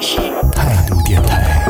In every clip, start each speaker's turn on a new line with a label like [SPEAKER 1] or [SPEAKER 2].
[SPEAKER 1] 是态度电台。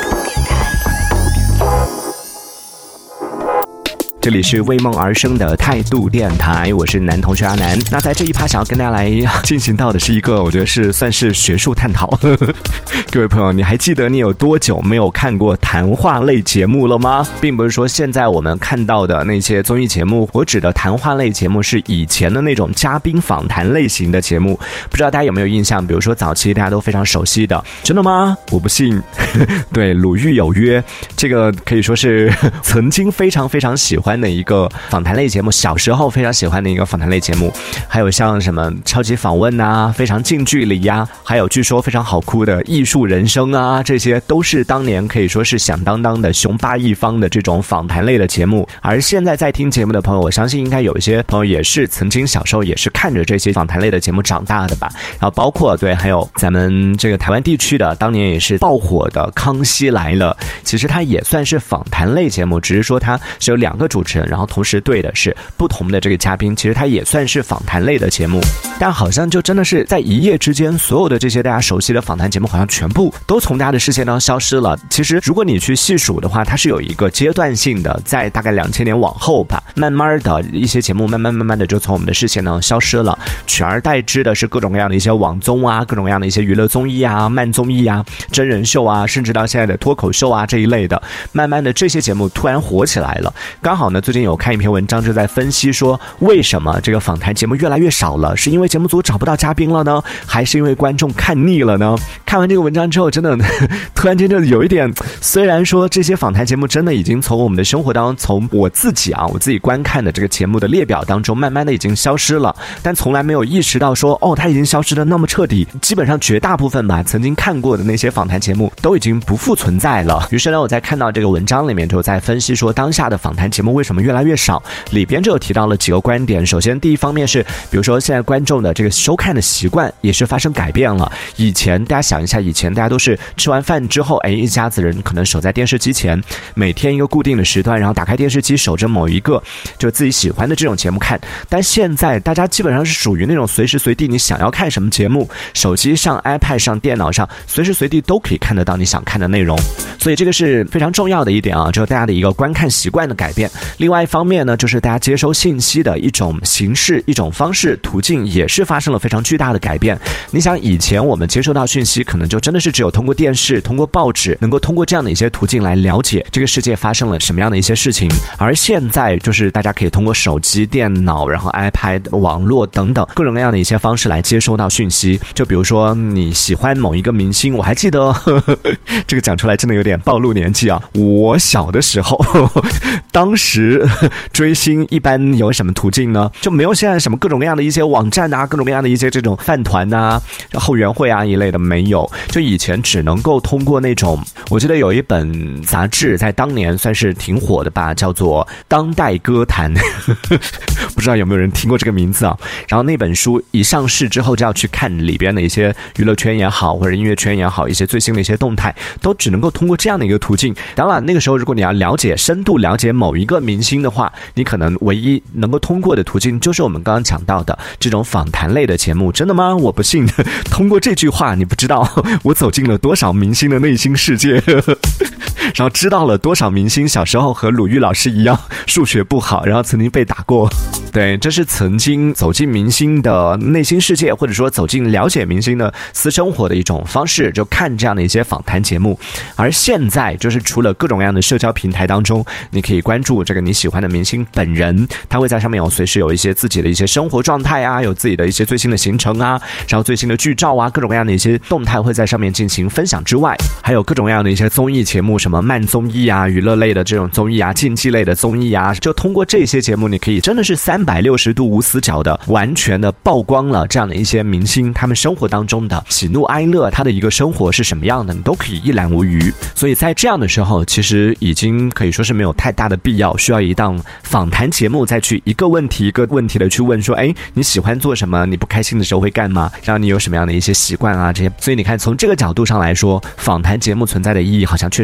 [SPEAKER 1] 这里是为梦而生的态度电台，我是男同学阿南。那在这一趴想要跟大家来进行到的是一个我觉得是算是学术探讨。各位朋友，你还记得你有多久没有看过谈话类节目了吗？并不是说现在我们看到的那些综艺节目，我指的谈话类节目是以前的那种嘉宾访谈类型的节目。不知道大家有没有印象，比如说早期大家都非常熟悉的真的吗？我不信。对，鲁豫有约，这个可以说是曾经非常非常喜欢的一个访谈类节目，小时候非常喜欢的一个访谈类节目。还有像什么超级访问啊，非常近距离啊，还有据说非常好哭的艺术人生啊，这些都是当年可以说是响当当的雄霸一方的这种访谈类的节目。而现在在听节目的朋友，我相信应该有一些朋友也是曾经小时候也是看着这些访谈类的节目长大的吧。然后包括对，还有咱们这个台湾地区的当年也是爆火的康熙来了，其实它也算是访谈类节目，只是说它是有两个主持人，然后同时对的是不同的这个嘉宾，其实它也算是访谈类的节目。但好像就真的是在一夜之间，所有的这些大家熟悉的访谈节目好像全部都从大家的视线当中消失了。其实如果你去细数的话，它是有一个阶段性的，在大概2000年往后吧，慢慢的一些节目慢慢的就从我们的视线当中消失了，取而代之的是各种各样的一些网综啊，各种各样的一些娱乐综艺啊、慢综艺啊、真人秀啊，甚至到现在的脱口秀啊这一类的，慢慢的这些节目突然火起来了。刚好呢，最近有看一篇文章，就在分析说为什么这个访谈节目越来越少了，是因为节目组找不到嘉宾了呢，还是因为观众看腻了呢？看完这个文章之后，真的突然间就有一点，虽然说这些访谈节目真的已经从我们的生活当中，从我自己观看的这个节目的列表当中慢慢的已经消失了，但从来没有意识到说它已经消失的那么彻底，基本上绝大部分吧曾经看过的那些访谈节目都已经不复存在了。于是呢，我在看到这个文章里面就在分析说当下的访谈节目为什么越来越少，里边就有提到了几个观点。首先第一方面是，比如说现在观众的这个收看的习惯也是发生改变了。以前大家想一下，以前大家都是吃完饭之后，一家子人可能守在电视机前，每天一个固定的时段，然后打开电视机守着某一个就自己喜欢的这种节目看。但现在大家基本上是属于那种随时随地你想要看什么节目，手机上、iPad 上、电脑上随时随地都可以看得到你想看的内容。所以这个是非常重要的一点啊，就是大家的一个观看习惯的改变。另外一方面呢，就是大家接收信息的一种形式、一种方式、途径也是发生了非常巨大的改变。你想以前我们接收到讯息可能就真的是只有通过电视、通过报纸，能够通过这样的一些途径来了解这个世界发生了什么样的一些事情。而现在就是大家可以通过手机、电脑，然后 iPad、网络等等各种各样的一些方式来接收到讯息。就比如说你喜欢某一个明星，我还记得这个讲出来真的有点暴露年纪啊。我小的时候当时追星一般有什么途径呢？就没有现在什么各种各样的一些网站啊，各种各样的一些这种饭团啊、后援会啊一类的，没有。就以前只能够通过那种，我记得有一本杂志在当年算是挺火的吧，叫做《当代歌坛》不知道有没有人听过这个名字啊？然后那本书一上市之后，就要去看里边的一些娱乐圈也好，或者音乐圈也好，一些最新的一些动态，都只能够通过这样的一个途径。当然那个时候如果你要了解、深度了解某一个明星的话，你可能唯一能够通过的途径就是我们刚刚讲到的这种访谈类的节目。真的吗？我不信。通过这句话你不知道我走进了多少明星的内心世界然后知道了多少明星小时候和鲁豫老师一样数学不好，然后曾经被打过。对，这是曾经走进明星的内心世界，或者说走进了解明星的私生活的一种方式，就看这样的一些访谈节目。而现在就是除了各种各样的社交平台当中，你可以关注这个你喜欢的明星本人，他会在上面随时有一些自己的一些生活状态啊，有自己的一些最新的行程啊，然后最新的剧照啊，各种各样的一些动态会在上面进行分享之外，还有各种各样的一些综艺节目，什么慢综艺啊、娱乐类的这种综艺啊、竞技类的综艺啊，就通过这些节目，你可以真的是360度无死角的完全的曝光了这样的一些明星他们生活当中的喜怒哀乐，他的一个生活是什么样的，你都可以一览无余。所以在这样的时候，其实已经可以说是没有太大的必要需要一档访谈节目再去一个问题一个问题的去问说，你喜欢做什么，你不开心的时候会干嘛，然后你有什么样的一些习惯啊这些。所以你看从这个角度上来说，访谈节目存在的意义好像确实是已经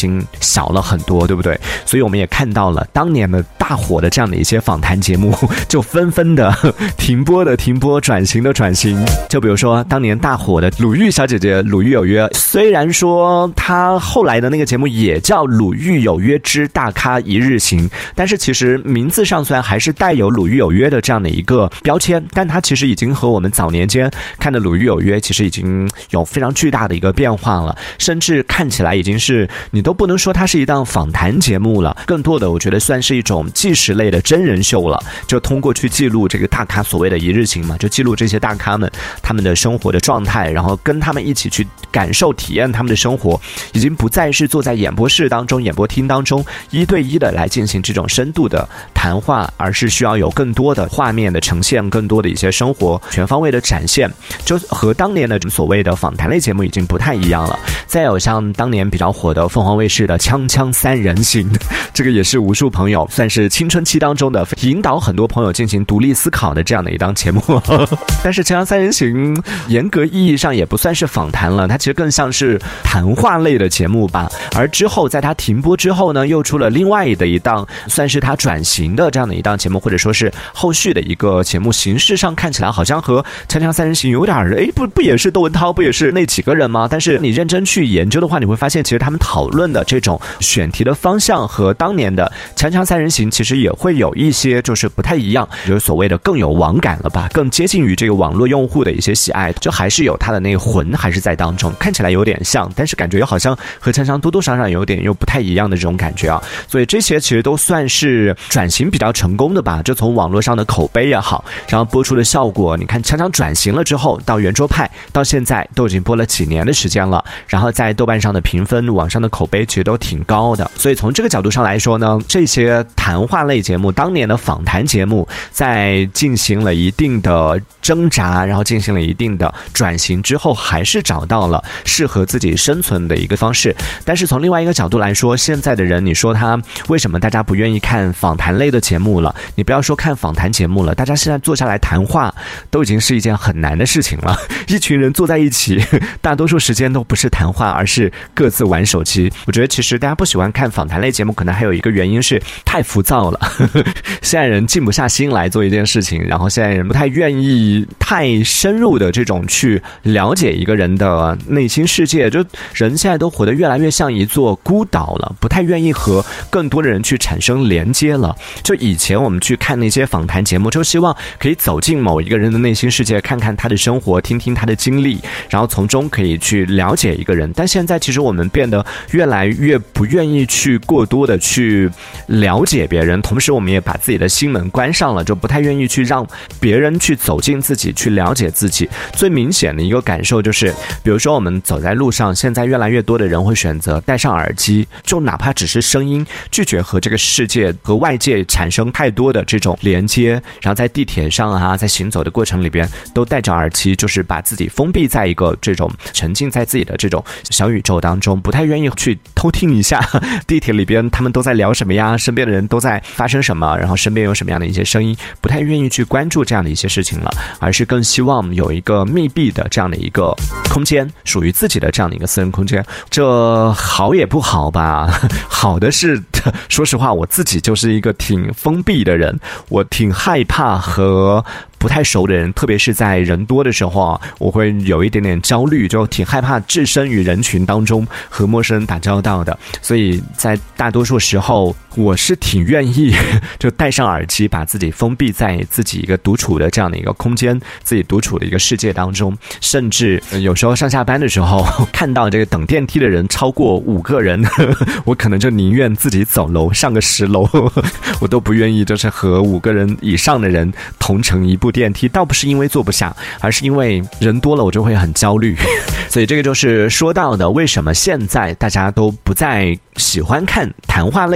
[SPEAKER 1] 经小了很多，对不对？所以我们也看到了当年的大火的这样的一些访谈节目就纷纷的停播的停播，转型的转型。就比如说当年大火的鲁豫小姐姐鲁豫有约，虽然说她后来的那个节目也叫鲁豫有约之大咖一日行，但是其实名字上虽然还是带有鲁豫有约的这样的一个标签，但它其实已经和我们早年间看的鲁豫有约其实已经有非常巨大的一个变化了，甚至看起来已经是你都不能说它是一档访谈节目了，更多的我觉得算是一种纪实类的真人秀了，就通过去记录这个大咖所谓的一日行嘛，就记录这些大咖们他们的生活的状态，然后跟他们一起去感受体验他们的生活，已经不再是坐在演播室当中演播厅当中一对一的来进行这种深度的谈话，而是需要有更多的画面的呈现，更多的一些生活全方位的展现，就和当年的所谓的访谈类节目已经不太一样了。再有像当年比较火的凤凰卫视的锵锵三人行，这个也是无数朋友算是青春期当中的引导很多朋友进行独立思考的这样的一档节目但是锵锵三人行严格意义上也不算是访谈了，它其实更像是谈话类的节目吧。而之后在它停播之后呢，又出了另外的一档算是它转型的这样的一档节目，或者说是后续的一个节目，形式上看起来好像和锵锵三人行有点不也是窦文涛，不也是那几个人吗？但是你认真去研究的话，你会发现其实他们讨论的这种选题的方向和当年的锵锵三人行其实也会有一些就是不太一样，就是所谓的更有网感了吧，更接近于这个网络用户的一些喜爱，就还是有它的那个魂还是在当中，看起来有点像，但是感觉好像和锵锵多多少少有点又不太一样的这种感觉啊。所以这些其实都算是转型比较成功的吧，就从网络上的口碑也好，然后播出的效果，你看锵锵转型了之后到圆桌派到现在都已经播了几年的时间了，然后在豆瓣上的评分网上的口碑其实都挺高的。所以从这个角度上来说呢，这些谈话类节目当年的访谈节目在进行了一定的挣扎，然后进行了一定的转型之后，还是找到了适合自己生存的一个方式。但是从另外一个角度来说，现在的人你说他为什么大家不愿意看访谈类的节目了，你不要说看访谈节目了，大家现在坐下来谈话都已经是一件很难的事情了，一群人坐在一起大多数时间都不是谈话，而是各自玩手机。我觉得其实大家不喜欢看访谈类节目，可能还有一个原因是太浮躁了现在人静不下心来做一件事情，然后现在人不太愿意太深入的这种去了解一个人的内心世界，就人现在都活得越来越像一座孤岛了，不太愿意和更多的人去产生连接了。就以前我们去看那些访谈节目，就希望可以走进某一个人的内心世界，看看他的生活，听听他的经历，然后从中可以去了解一个人。但现在其实我们变得越来越不愿意去过多的去了解别人，同时我们也把自己的心门关上了，就不太愿意去让别人去走进自己，去了解自己。最明显的一个感受就是，比如说我们走在路上，现在越来越多的人会选择戴上耳机，就哪怕只是声音，拒绝和这个世界和外界产生太多的这种连接，然后在地铁上啊，在行走的过程里边都戴着耳机，就是把自己封闭在一个这种沉浸在自己的这种小宇宙当中，不太愿意去偷听一下地铁里边他们都在聊什么呀，身边的人都在发生什么，然后身边有什么样的一些声音，不太愿意去关注这样的一些事情了，而是更希望有一个密闭的这样的一个空间，属于自己的这样的一个私人空间。这好也不好吧，好的是说实话我自己就是一个挺封闭的人，我挺害怕和不太熟的人，特别是在人多的时候啊，我会有一点点焦虑，就挺害怕置身于人群当中和陌生人打交道的。所以在大多数时候我是挺愿意就戴上耳机，把自己封闭在自己一个独处的这样的一个空间，自己独处的一个世界当中。甚至有时候上下班的时候看到这个等电梯的人超过5个人我可能就宁愿自己走楼上个10楼我都不愿意就是和5个人以上的人同乘一部电梯，倒不是因为坐不下，而是因为人多了我就会很焦虑所以这个就是说到的为什么现在大家都不再喜欢看谈话类的节目，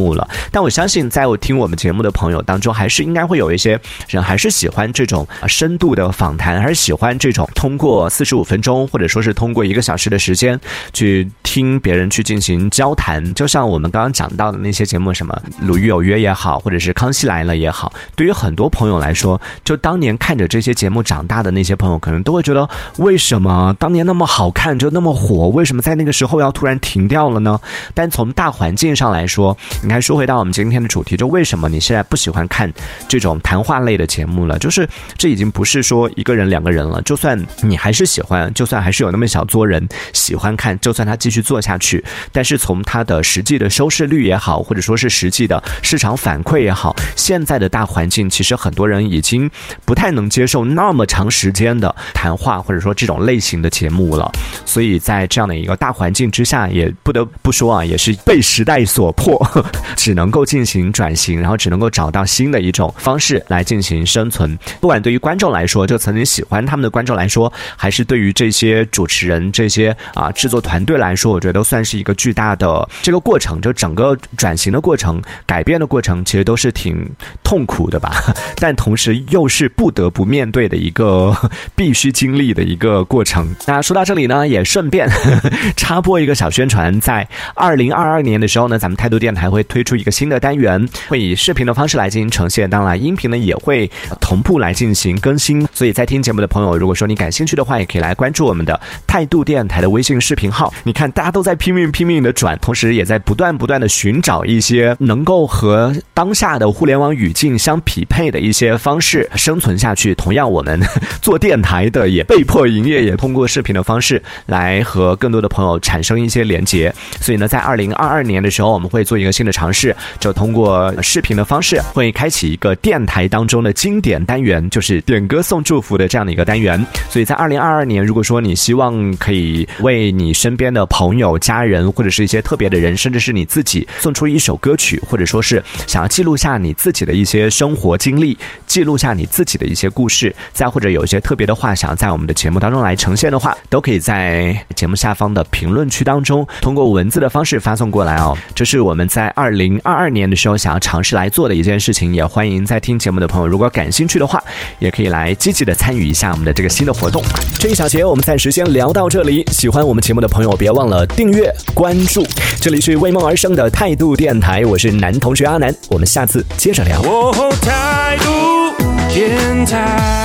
[SPEAKER 1] 目了。但我相信在我听我们节目的朋友当中，还是应该会有一些人还是喜欢这种深度的访谈，还是喜欢这种通过45分钟或者说是通过1个小时的时间去听别人去进行交谈。就像我们刚刚讲到的那些节目，什么鲁豫有约也好，或者是康熙来了也好，对于很多朋友来说，就当年看着这些节目长大的那些朋友，可能都会觉得，为什么当年那么好看就那么火，为什么在那个时候要突然停掉了呢？但从大环境上来说，你看说回到我们今天的主题，就为什么你现在不喜欢看这种谈话类的节目了，就是这已经不是说1个人2个人了，就算你还是喜欢，就算还是有那么小撮人喜欢看，就算他继续做下去，但是从他的实际的收视率也好，或者说是实际的市场反馈也好，现在的大环境其实很多人已经不太能接受那么长时间的谈话或者说这种类型的节目了。所以在这样的一个大环境之下，也不得不说啊，也是被时代所迫，只能够进行转型，然后只能够找到新的一种方式来进行生存。不管对于观众来说，就曾经喜欢他们的观众来说，还是对于这些主持人这些制作团队来说，我觉得都算是一个巨大的这个过程，就整个转型的过程，改变的过程，其实都是挺痛苦的吧，但同时又是不得不面对的一个必须经历的一个过程。那说到这里呢，也顺便插播一个小宣传，在2022年的时候呢，咱们态度电台会推出一个新的单元，会以视频的方式来进行呈现，当然音频呢也会同步来进行更新。所以在听节目的朋友，如果说你感兴趣的话，也可以来关注我们的态度电台的微信视频号。你看大家都在拼命的转，同时也在不断的寻找一些能够和当下的互联网语境相匹配的一些方式生存下去。同样我们做电台的也被迫营业，也通过视频的方式来和更多的朋友产生一些连结。所以呢，在2022年的时候，我们会做一个新的尝试，就通过视频的方式会开启一个电台当中的经典单元，就是点歌送祝福的这样的一个单元。所以在2022年，如果说你希望可以为你身边的朋友、家人或者是一些特别的人，甚至是你自己送出一首歌曲，或者说是想要记录下你自己的一些生活经历，记录下你自己的一些故事，再或者有一些特别的话想要在我们的节目当中来呈现的话，都可以在节目下方的评论区当中通过文字的方式发送过来哦。这是我们在2022年的时候想要尝试来做的一件事情，也欢迎在听节目的朋友如果感兴趣的话，也可以来积极的参与一下我们的这个新的活动。这一小节我们暂时先聊到这里，喜欢我们节目的朋友别忘了订阅关注。这里是为梦而生的态度电台，我是男同学阿南，我们下次接着聊。
[SPEAKER 2] 态度电台。